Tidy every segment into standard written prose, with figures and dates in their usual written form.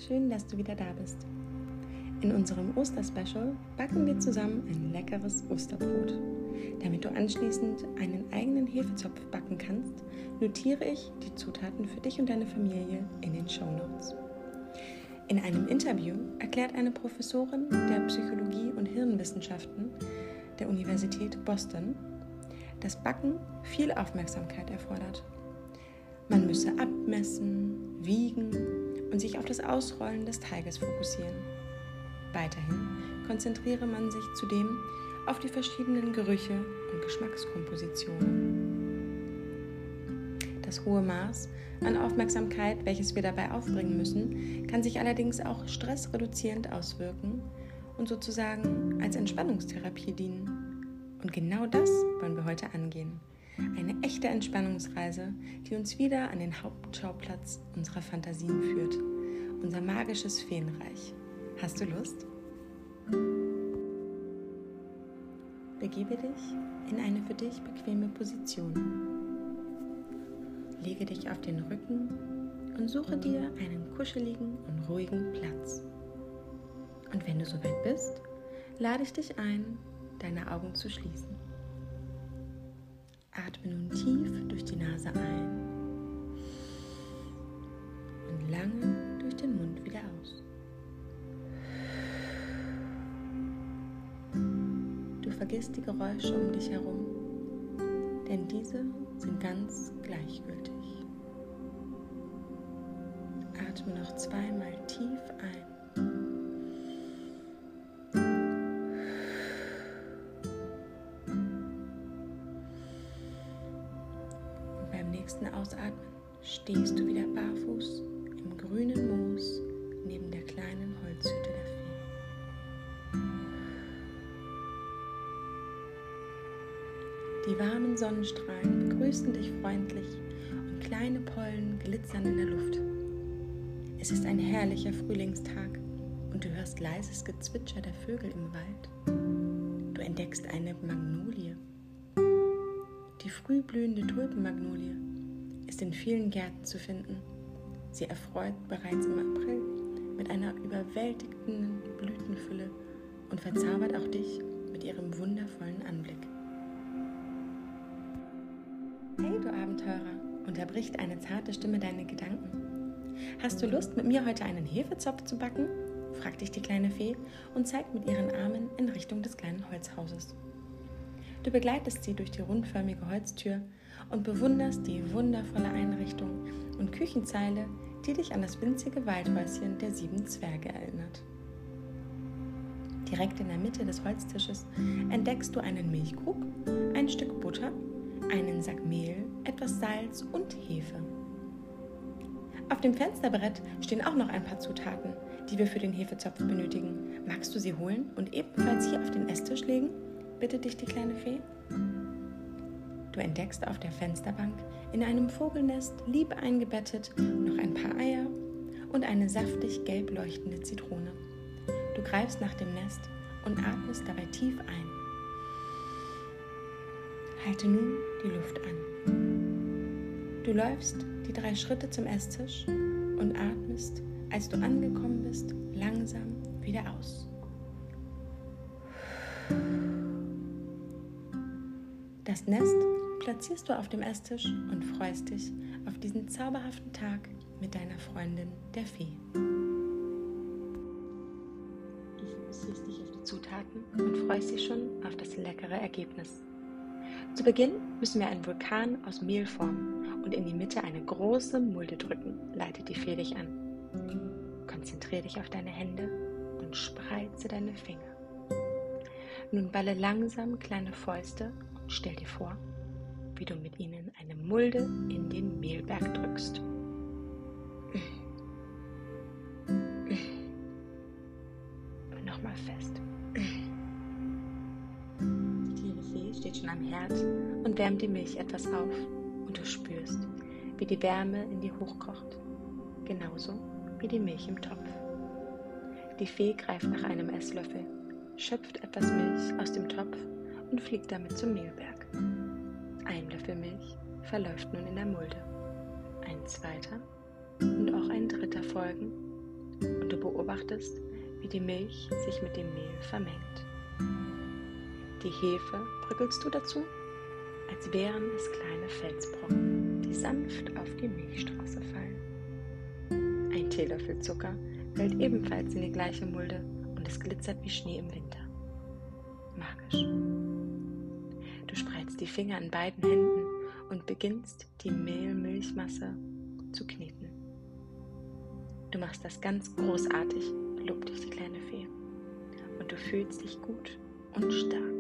Schön, dass du wieder da bist. In unserem Osterspecial backen wir zusammen ein leckeres Osterbrot. Damit du anschließend einen eigenen Hefezopf backen kannst, notiere ich die Zutaten für dich und deine Familie in den Shownotes. In einem Interview erklärt eine Professorin der Psychologie und Hirnwissenschaften der Universität Boston, dass Backen viel Aufmerksamkeit erfordert. Man müsse abmessen, wiegen und sich auf das Ausrollen des Teiges fokussieren. Weiterhin konzentriere man sich zudem auf die verschiedenen Gerüche und Geschmackskompositionen. Das hohe Maß an Aufmerksamkeit, welches wir dabei aufbringen müssen, kann sich allerdings auch stressreduzierend auswirken und sozusagen als Entspannungstherapie dienen. Und genau das wollen wir heute angehen. Eine echte Entspannungsreise, die uns wieder an den Hauptschauplatz unserer Fantasien führt. Unser magisches Feenreich. Hast du Lust? Begebe dich in eine für dich bequeme Position. Lege dich auf den Rücken und suche dir einen kuscheligen und ruhigen Platz. Und wenn du soweit bist, lade ich dich ein, deine Augen zu schließen. Atme nun tief durch die Nase ein und lange durch den Mund wieder aus. Du vergisst die Geräusche um dich herum, denn diese sind ganz gleichgültig. Atme noch zweimal tief ein. Und beim nächsten Ausatmen stehst du wieder barfuß im grünen Moos neben der kleinen Holzhütte der Fee. Die warmen Sonnenstrahlen begrüßen dich freundlich und kleine Pollen glitzern in der Luft. Es ist ein herrlicher Frühlingstag und du hörst leises Gezwitscher der Vögel im Wald. Du entdeckst eine Magnolie. Die frühblühende Tulpenmagnolie ist in vielen Gärten zu finden. Sie erfreut bereits im April mit einer überwältigenden Blütenfülle und verzaubert auch dich mit ihrem wundervollen Anblick. Hey du Abenteurer, unterbricht eine zarte Stimme deine Gedanken. Hast du Lust, mit mir heute einen Hefezopf zu backen? Fragt dich die kleine Fee und zeigt mit ihren Armen in Richtung des kleinen Holzhauses. Du begleitest sie durch die rundförmige Holztür und bewunderst die wundervolle Einrichtung und Küchenzeile, die dich an das winzige Waldhäuschen der 7 Zwerge erinnert. Direkt in der Mitte des Holztisches entdeckst du einen Milchkrug, ein Stück Butter, einen Sack Mehl, etwas Salz und Hefe. Auf dem Fensterbrett stehen auch noch ein paar Zutaten, die wir für den Hefezopf benötigen. Magst du sie holen und ebenfalls hier auf den Esstisch legen? Bittet dich die kleine Fee. Du entdeckst auf der Fensterbank in einem Vogelnest lieb eingebettet noch ein paar Eier und eine saftig gelb leuchtende Zitrone. Du greifst nach dem Nest und atmest dabei tief ein. Halte nun die Luft an. Du läufst die 3 Schritte zum Esstisch und atmest, als du angekommen bist, langsam wieder aus. Das Nest platzierst du auf dem Esstisch und freust dich auf diesen zauberhaften Tag mit deiner Freundin, der Fee. Du fokussierst dich auf die Zutaten und freust dich schon auf das leckere Ergebnis. Zu Beginn müssen wir einen Vulkan aus Mehl formen und in die Mitte eine große Mulde drücken, leitet die Fee dich an. Konzentriere dich auf deine Hände und spreize deine Finger. Nun balle langsam kleine Fäuste und stell dir vor, wie du mit ihnen eine Mulde in den Mehlberg drückst. Und nochmal fest. Steht schon am Herd und wärmt die Milch etwas auf und du spürst, wie die Wärme in dir hochkocht, genauso wie die Milch im Topf. Die Fee greift nach einem Esslöffel, schöpft etwas Milch aus dem Topf und fliegt damit zum Mehlberg. Ein Löffel Milch verläuft nun in der Mulde, ein zweiter und auch ein dritter folgen beobachtest, wie die Milch sich mit dem Mehl vermengt. Die Hefe bröckelst du dazu, als wären es kleine Felsbrocken, die sanft auf die Milchstraße fallen. Ein Teelöffel Zucker fällt ebenfalls in die gleiche Mulde und es glitzert wie Schnee im Winter. Magisch. Du spreizst die Finger an beiden Händen und beginnst, die Milchmasse zu kneten. Du machst das ganz großartig, lobt dich die kleine Fee. Und du fühlst dich gut und stark.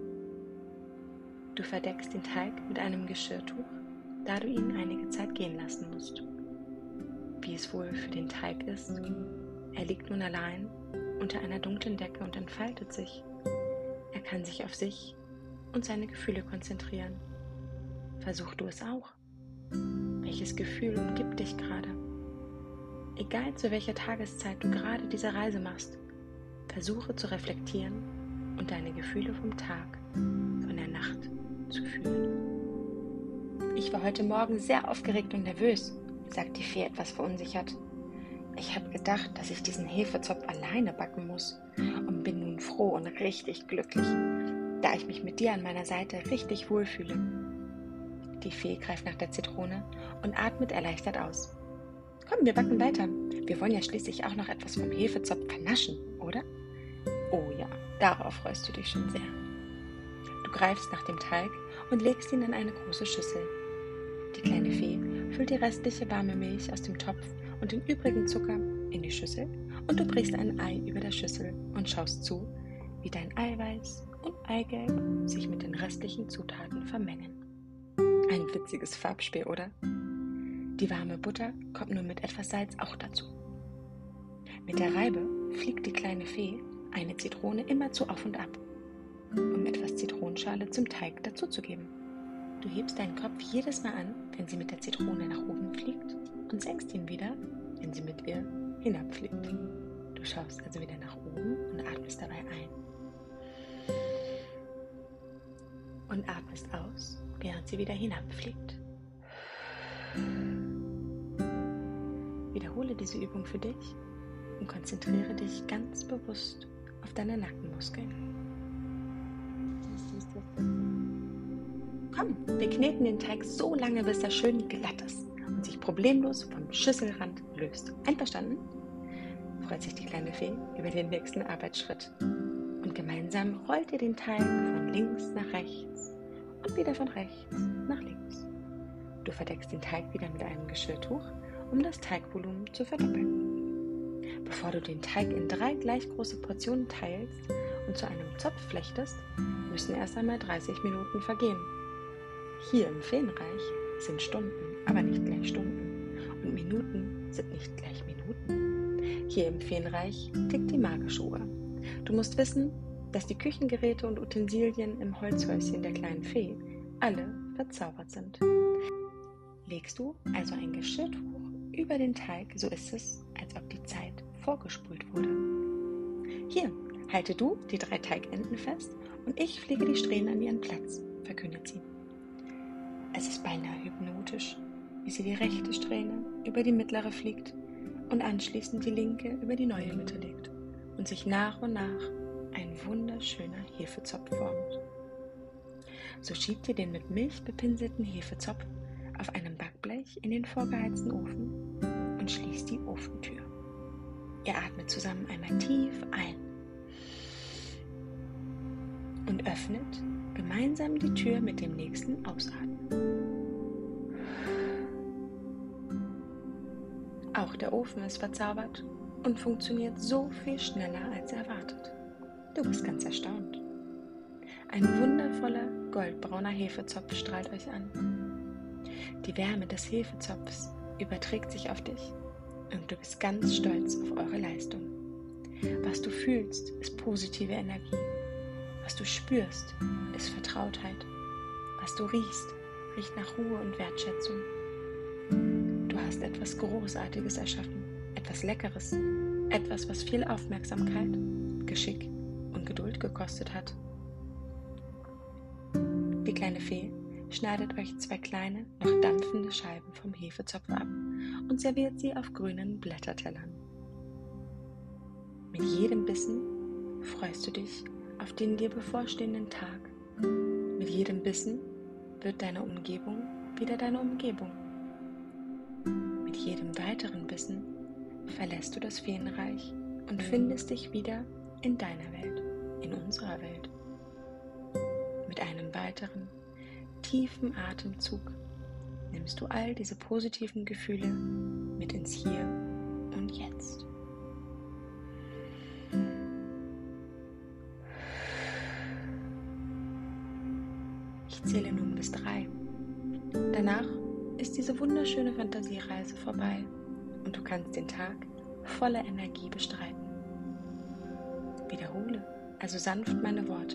Du verdeckst den Teig mit einem Geschirrtuch, da du ihn einige Zeit gehen lassen musst. Wie es wohl für den Teig ist, er liegt nun allein unter einer dunklen Decke und entfaltet sich. Er kann sich auf sich und seine Gefühle konzentrieren. Versuch du es auch. Welches Gefühl umgibt dich gerade? Egal zu welcher Tageszeit du gerade diese Reise machst, versuche zu reflektieren und deine Gefühle vom Tag, von der Nacht zu fühlen. Ich war heute Morgen sehr aufgeregt und nervös, sagt die Fee etwas verunsichert. Ich habe gedacht, dass ich diesen Hefezopf alleine backen muss und bin nun froh und richtig glücklich, da ich mich mit dir an meiner Seite richtig wohlfühle. Die Fee greift nach der Zitrone und atmet erleichtert aus. Komm, wir backen weiter. Wir wollen ja schließlich auch noch etwas vom Hefezopf vernaschen, oder? Oh ja, darauf freust du dich schon sehr. Du greifst nach dem Teig und legst ihn in eine große Schüssel. Die kleine Fee füllt die restliche warme Milch aus dem Topf und den übrigen Zucker in die Schüssel und du brichst ein Ei über der Schüssel und schaust zu, wie dein Eiweiß und Eigelb sich mit den restlichen Zutaten vermengen. Ein witziges Farbspiel, oder? Die warme Butter kommt nun mit etwas Salz auch dazu. Mit der Reibe fliegt die kleine Fee eine Zitrone immerzu auf und ab, um etwas Zitronenschale zum Teig dazuzugeben. Du hebst deinen Kopf jedes Mal an, wenn sie mit der Zitrone nach oben fliegt und senkst ihn wieder, wenn sie mit ihr hinabfliegt. Du schaust also wieder nach oben und atmest dabei ein. Und atmest aus, während sie wieder hinabfliegt. Wiederhole diese Übung für dich und konzentriere dich ganz bewusst auf deine Nackenmuskeln. Komm, wir kneten den Teig so lange, bis er schön glatt ist und sich problemlos vom Schüsselrand löst. Einverstanden? Freut sich die kleine Fee über den nächsten Arbeitsschritt. Und gemeinsam rollt ihr den Teig von links nach rechts und wieder von rechts nach links. Du verdeckst den Teig wieder mit einem Geschirrtuch, um das Teigvolumen zu verdoppeln. Bevor du den Teig in 3 gleich große Portionen teilst und zu einem Zopf flechtest, müssen erst einmal 30 Minuten vergehen. Hier im Feenreich sind Stunden, aber nicht gleich Stunden. Und Minuten sind nicht gleich Minuten. Hier im Feenreich tickt die magische Uhr. Du musst wissen, dass die Küchengeräte und Utensilien im Holzhäuschen der kleinen Fee alle verzaubert sind. Legst du also ein Geschirrtuch über den Teig, so ist es, als ob die Zeit vorgespult wurde. Hier, halte du die 3 Teigenden fest und ich fliege die Strähnen an ihren Platz, verkündet sie. Es ist beinahe hypnotisch, wie sie die rechte Strähne über die mittlere fliegt und anschließend die linke über die neue Mitte legt und sich nach und nach ein wunderschöner Hefezopf formt. So schiebt ihr den mit Milch bepinselten Hefezopf auf einem Backblech in den vorgeheizten Ofen und schließt die Ofentür. Ihr atmet zusammen einmal tief ein und öffnet gemeinsam die Tür mit dem nächsten Ausatmen. Auch der Ofen ist verzaubert und funktioniert so viel schneller als erwartet. Du bist ganz erstaunt. Ein wundervoller goldbrauner Hefezopf strahlt euch an. Die Wärme des Hefezopfs überträgt sich auf dich und du bist ganz stolz auf eure Leistung. Was du fühlst, ist positive Energie. Was du spürst, ist Vertrautheit. Was du riechst, riecht nach Ruhe und Wertschätzung. Du hast etwas Großartiges erschaffen, etwas Leckeres, etwas, was viel Aufmerksamkeit, Geschick und Geduld gekostet hat. Die kleine Fee schneidet euch 2 kleine, noch dampfende Scheiben vom Hefezopf ab und serviert sie auf grünen Blättertellern. Mit jedem Bissen freust du dich auf den dir bevorstehenden Tag. Mit jedem Bissen wird deine Umgebung wieder deine Umgebung. Mit jedem weiteren Bissen verlässt du das Feenreich und findest dich wieder in deiner Welt, in unserer Welt. Mit einem weiteren, tiefen Atemzug nimmst du all diese positiven Gefühle mit ins Hier und Jetzt. Ich zähle nun bis 3. Danach ist diese wunderschöne Fantasiereise vorbei und du kannst den Tag voller Energie bestreiten. Wiederhole also sanft meine Worte.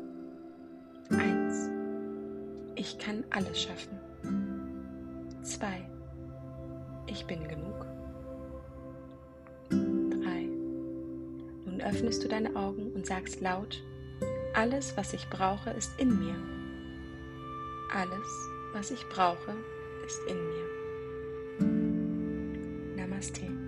1. Ich kann alles schaffen. 2. Ich bin genug. 3. Nun öffnest du deine Augen und sagst laut: Alles, was ich brauche, ist in mir. Alles, was ich brauche, ist in mir. Namaste.